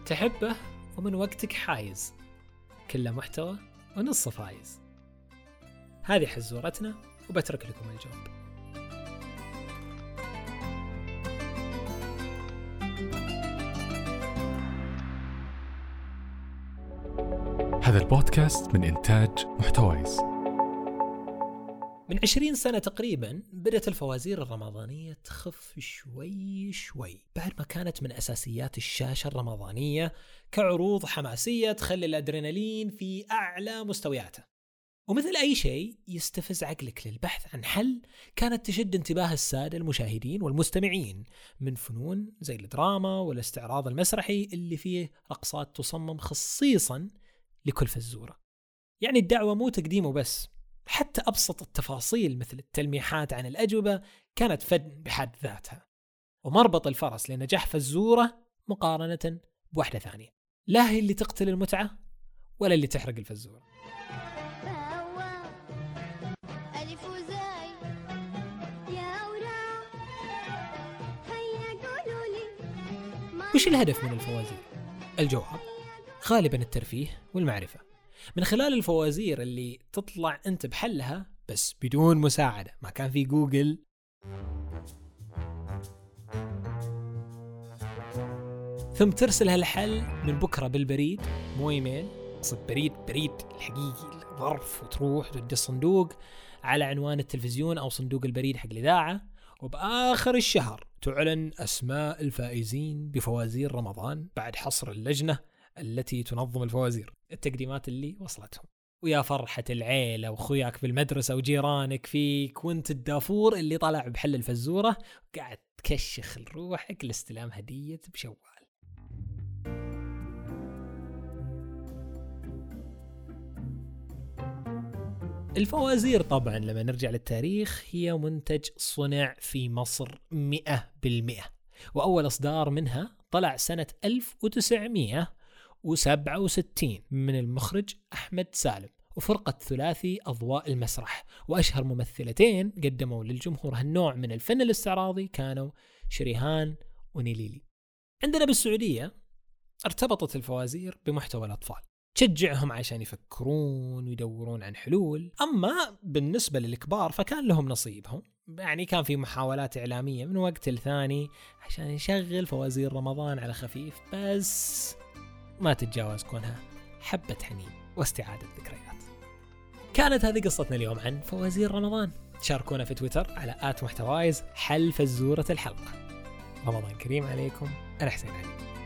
تحبه ومن وقتك حايز، كله محتوى ونص فايز. هذه حزورتنا وبترك لكم الجواب. هذا البودكاست من إنتاج محتويس. من 20 سنة تقريبا بدأت الفوازير الرمضانية تخف شوي بعد ما كانت من أساسيات الشاشة الرمضانية كعروض حماسية تخلي الأدرينالين في أعلى مستوياته، ومثل أي شيء يستفز عقلك للبحث عن حل كانت تشد انتباه السادة المشاهدين والمستمعين من فنون زي الدراما والاستعراض المسرحي اللي فيه رقصات تصمم خصيصا لكل فزورة. يعني الدعوة مو تقديمه بس، حتى أبسط التفاصيل مثل التلميحات عن الأجوبة كانت فن بحد ذاتها، ومربط الفرس لنجاح فزورة مقارنة بواحدة ثانية، لا هي اللي تقتل المتعة ولا اللي تحرق الفزورة. وش الهدف من الفوازير؟ الجواب غالبا الترفيه والمعرفة، من خلال الفوازير اللي تطلع أنت بحلها بس بدون مساعدة، ما كان في جوجل. ثم ترسل هالحل من بكرة بالبريد، مو ايميل، قصد بريد الحقيقي الظرف، وتروح تودي الصندوق على عنوان التلفزيون أو صندوق البريد حق الإذاعة، وبآخر الشهر تعلن أسماء الفائزين بفوازير رمضان بعد حصر اللجنة التي تنظم الفوازير، التقديمات اللي وصلتهم. ويا فرحة العيلة وخوياك بالمدرسة وجيرانك فيك وانت الدافور اللي طلع بحل الفزورة وقاعد تكشخ لروحك لاستلام هدية بشوال. الفوازير طبعا لما نرجع للتاريخ هي منتج صنع في مصر 100%، وأول إصدار منها طلع سنة 1967 من المخرج أحمد سالم وفرقة ثلاثي أضواء المسرح، وأشهر ممثلتين قدموا للجمهور هالنوع من الفن الاستعراضي كانوا شريهان ونيليلي. عندنا بالسعودية ارتبطت الفوازير بمحتوى الأطفال، تشجعهم عشان يفكرون ويدورون عن حلول. أما بالنسبة للكبار فكان لهم نصيبهم، يعني كان في محاولات إعلامية من وقت لثاني عشان نشغل فوازير رمضان على خفيف، بس ما تتجاوز كونها حبة حنين واستعادة ذكريات. كانت هذه قصتنا اليوم عن فوازير رمضان. شاركونا في تويتر على @محتوايز حل فزورة الحلقة. رمضان كريم عليكم. أنا حسين علي.